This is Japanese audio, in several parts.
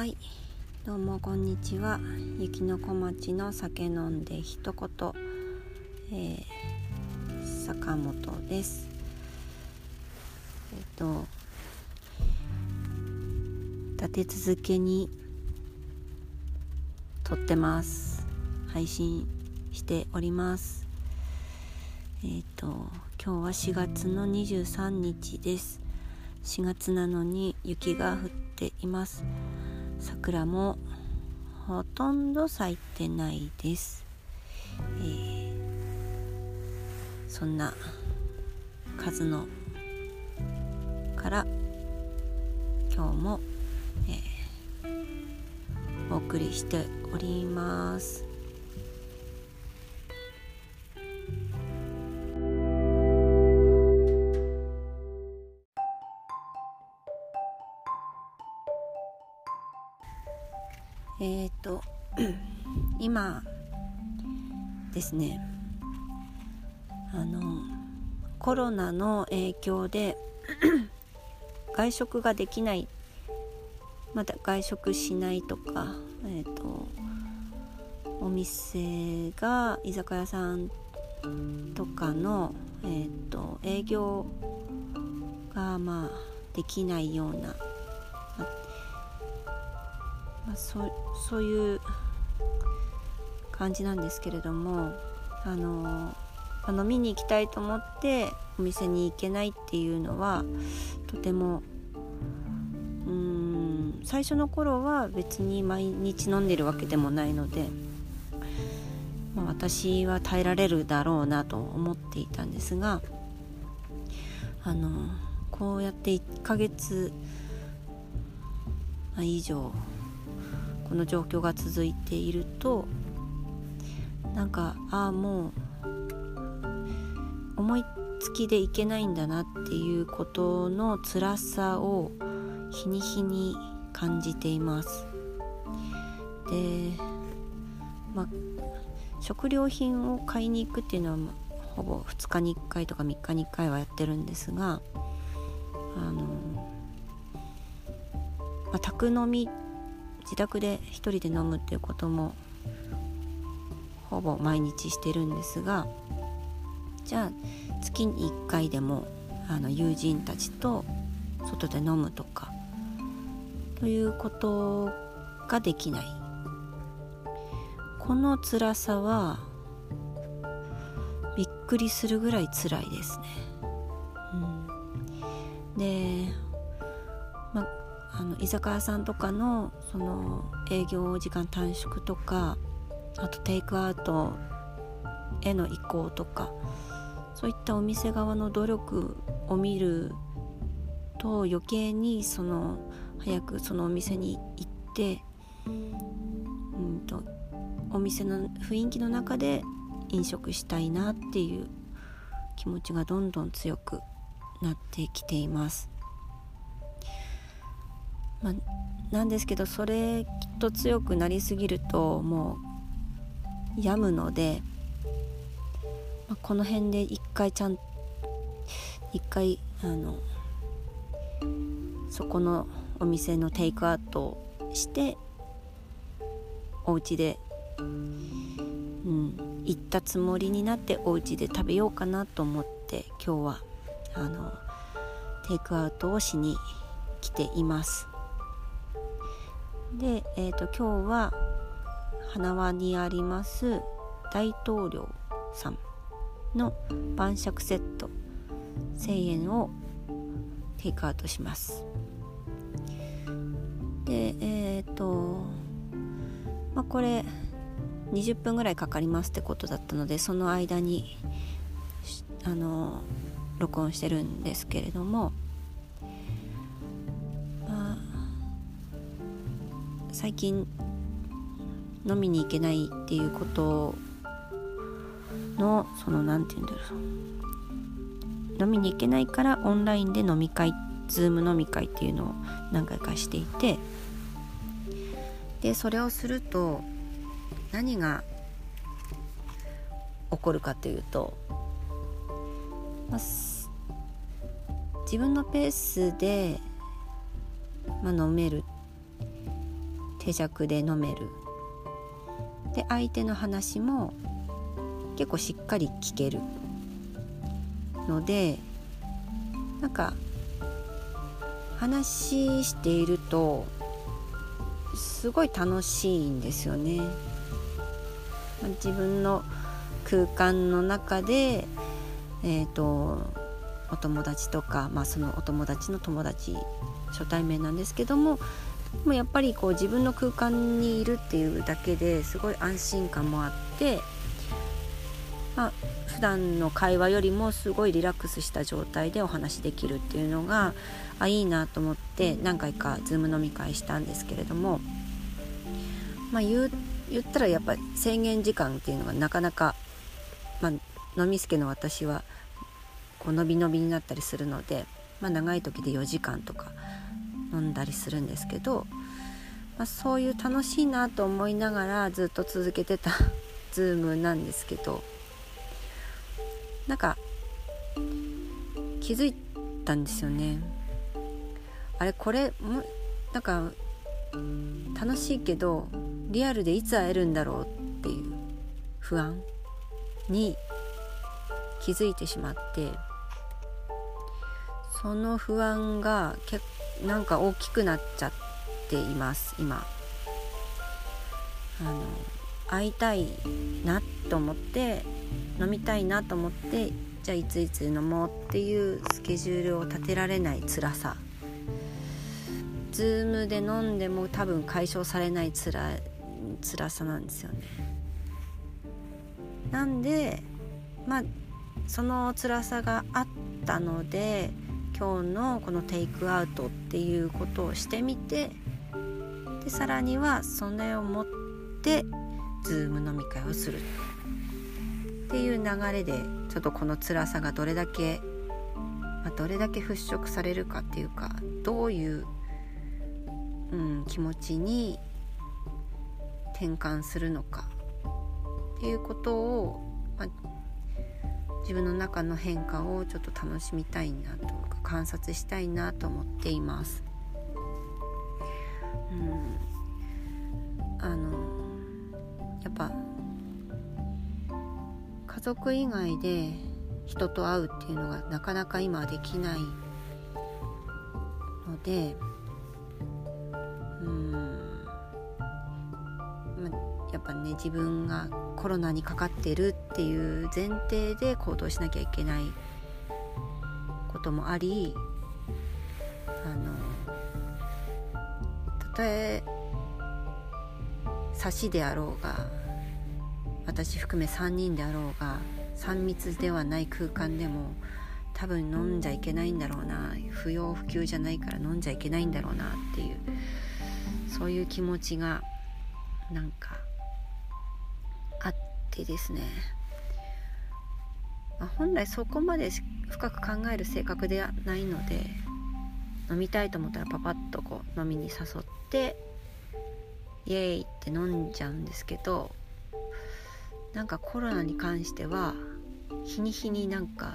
はい、どうもこんにちは。雪の小町の酒飲んで一言、坂本です。立て続けに撮ってます。配信しております。今日は4月の23日です。4月なのに雪が降っています。桜もほとんど咲いてないです。そんな数のから今日も、お送りしております。今ですね、コロナの影響で外食ができない、まだ外食しないとか、お店が居酒屋さんとかの、営業ができないような、そういう感じなんですけれども、飲みに行きたいと思ってお店に行けないっていうのはとても最初の頃は別に毎日飲んでるわけでもないので、私は耐えられるだろうなと思っていたんですが、こうやって1ヶ月以上この状況が続いていると、もう思いつきでいけないんだなっていうことの辛さを日に日に感じています。で、食料品を買いに行くっていうのはほぼ2日に1回とか3日に1回はやってるんですが、宅飲み、自宅で一人で飲むっていうこともほぼ毎日してるんですが、じゃあ月に1回でも友人たちと外で飲むとかということができない。この辛さはびっくりするぐらい辛いですね。で、居酒屋さんとかのその営業時間短縮とか、あとテイクアウトへの移行とか、そういったお店側の努力を見ると余計に早くそのお店に行ってお店の雰囲気の中で飲食したいなっていう気持ちがどんどん強くなってきています。なんですけど、それきっと強くなりすぎるともう病むので、この辺で一回そこのお店のテイクアウトをしてお家で、行ったつもりになってお家で食べようかなと思って今日はテイクアウトをしに来ています。で、今日は花輪にあります大統領さんの晩酌セット1000円をテイクアウトします。で、これ20分ぐらいかかりますってことだったので、その間に録音してるんですけれども、最近飲みに行けないっていうことのなんていうんだろう、飲みに行けないからオンラインで飲み会、ズーム飲み会っていうのを何回かしていて、でそれをすると何が起こるかというと、自分のペースで、飲める手酌で飲める。で相手の話も結構しっかり聞けるので、なんか話しているとすごい楽しいんですよね。自分の空間の中で、お友達とか、そのお友達の友達、初対面なんですけども、もうやっぱりこう自分の空間にいるっていうだけですごい安心感もあって、普段の会話よりもすごいリラックスした状態でお話できるっていうのがいいなと思って何回かズーム飲み会したんですけれども、言ったらやっぱり制限時間っていうのがなかなか、飲みすけの私はこう伸び伸びになったりするので、長い時で4時間とか飲んだりするんですけど、そういう楽しいなと思いながらずっと続けてたズームなんですけど、なんか気づいたんですよね。これもなんか楽しいけどリアルでいつ会えるんだろうっていう不安に気づいてしまって、その不安がなんか大きくなっちゃっています今。会いたいなと思って、飲みたいなと思って、じゃあいついつ飲もうっていうスケジュールを立てられない辛さ、ズームで飲んでも多分解消されない辛さなんですよね。なんでその辛さがあったので、今日のこのテイクアウトっていうことをしてみて、でさらにはそれを持ってズーム飲み会をするっていう流れで、ちょっとこの辛さがどれだけ払拭されるかっていうか、どういう、気持ちに転換するのかっていうことを、自分の中の変化をちょっと楽しみたいなとか観察したいなと思っています。やっぱ家族以外で人と会うっていうのがなかなか今はできないので、やっぱね、自分がコロナにかかってるっていう前提で行動しなきゃいけないこともあり、たとえ差しであろうが、私含め3人であろうが、3密ではない空間でも多分飲んじゃいけないんだろうな、不要不急じゃないから飲んじゃいけないんだろうなっていう、そういう気持ちがなんかあってですね、本来そこまで深く考える性格ではないので、飲みたいと思ったらパパッとこう飲みに誘ってイエーイって飲んじゃうんですけど、なんかコロナに関しては日に日になんか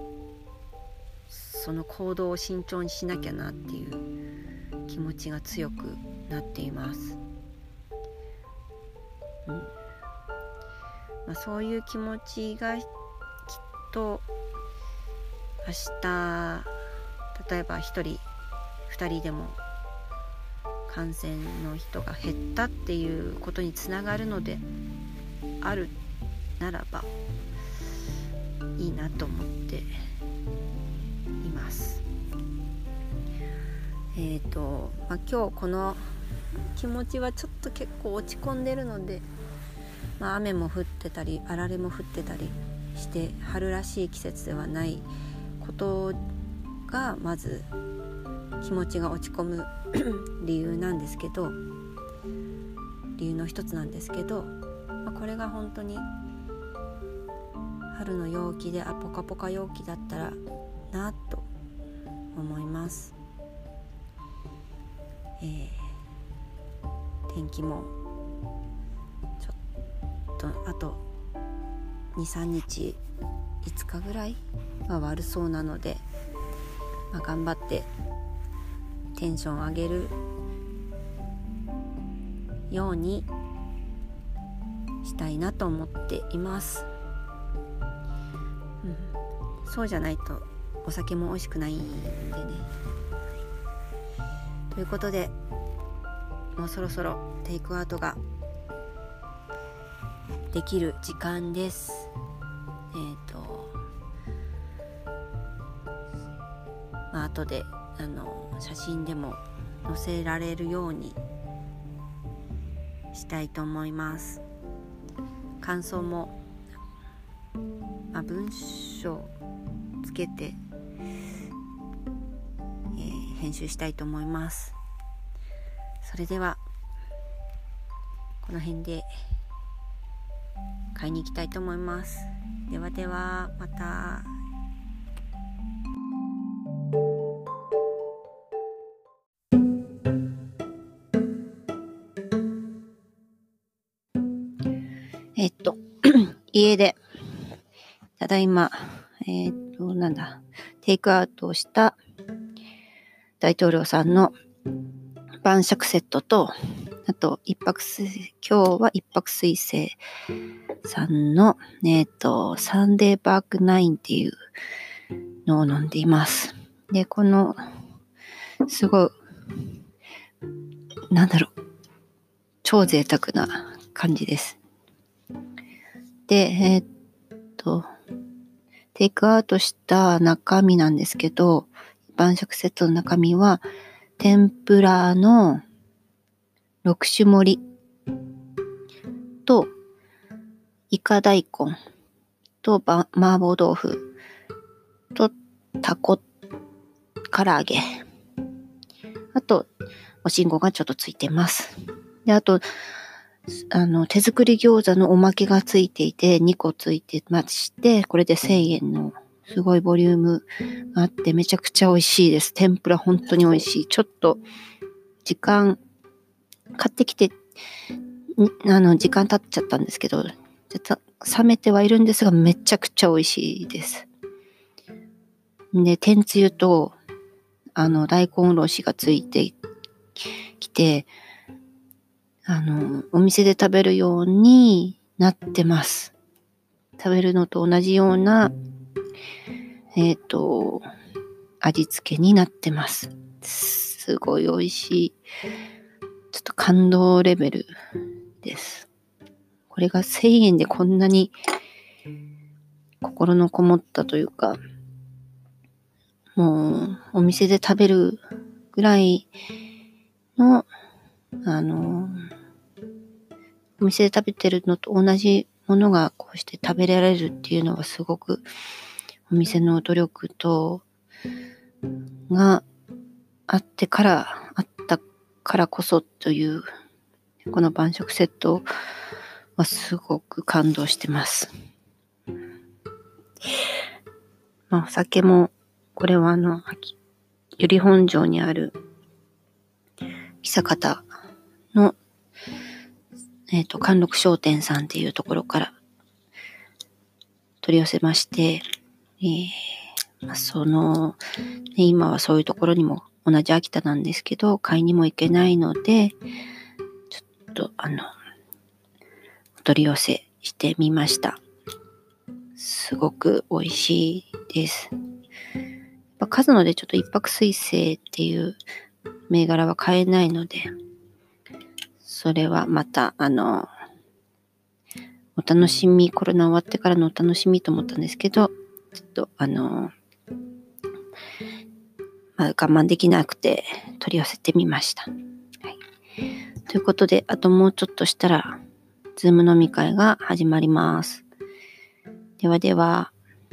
その行動を慎重にしなきゃなっていう気持ちが強くなっています。そういう気持ちがきっと明日、例えば1人2人でも感染の人が減ったっていうことにつながるのであるならばいいなと思っています。今日この気持ちはちょっと結構落ち込んでるので、雨も降ってたりあられも降ってたりして春らしい季節ではないことがまず気持ちが落ち込む理由なんですけど、理由の一つなんですけど、これが本当に春の陽気でポカポカ陽気だったらなと思います。天気もちょっとあと 2,3 日5日ぐらいは悪そうなので、頑張ってテンション上げるようにしたいなと思っています。そうじゃないとお酒も美味しくないんでね。ということで、もうそろそろテイクアウトができる時間です。後で写真でも載せられるようにしたいと思います。感想も、文章つけて、編集したいと思います。それではこの辺で買いに行きたいと思います。ではでは、また。家でただいまテイクアウトをした大統領さんの晩酌セットと、あと今日は一泊水星さんのサンデーバークナインっていうのを飲んでいます。で、このすごい超贅沢な感じです。で、テイクアウトした中身なんですけど、晩酌セットの中身は天ぷらの6種盛りとイカ大根と麻婆豆腐とタコ唐揚げ、あとお信号がちょっとついてます。で、あと手作り餃子のおまけがついていて2個ついてまして、これで1000円のすごいボリュームがあってめちゃくちゃ美味しいです。天ぷら本当に美味しい。ちょっと買ってきて時間経っちゃったんですけど、冷めてはいるんですがめちゃくちゃ美味しいです。で、天つゆと大根おろしがついてきて、お店で食べるようになってます。食べるのと同じような味付けになってます。すごい美味しい。ちょっと感動レベルです。これが1000円でこんなに心のこもったというか、もうお店で食べるぐらいのお店で食べてるのと同じものがこうして食べられるっていうのはすごくお店の努力があったからこそという、この晩酌セットはすごく感動してます。お酒もこれは由利本荘にある久方の貫禄商店さんっていうところから取り寄せまして、今はそういうところにも同じ秋田なんですけど買いにも行けないので、ちょっとお取り寄せしてみました。すごく美味しいです。カズノでちょっと一泊水星っていう銘柄は買えないので、それはまたお楽しみ、コロナ終わってからのお楽しみと思ったんですけど、ちょっと我慢できなくて取り寄せてみました。はい、ということで、あともうちょっとしたらズーム飲み会が始まります。ではでは、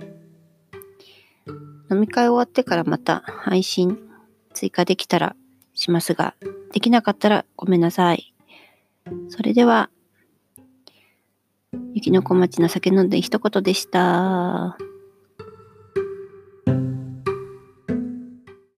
飲み会終わってからまた配信追加できたらしますが、できなかったらごめんなさい。それでは、雪の小町の酒飲んで一言でした。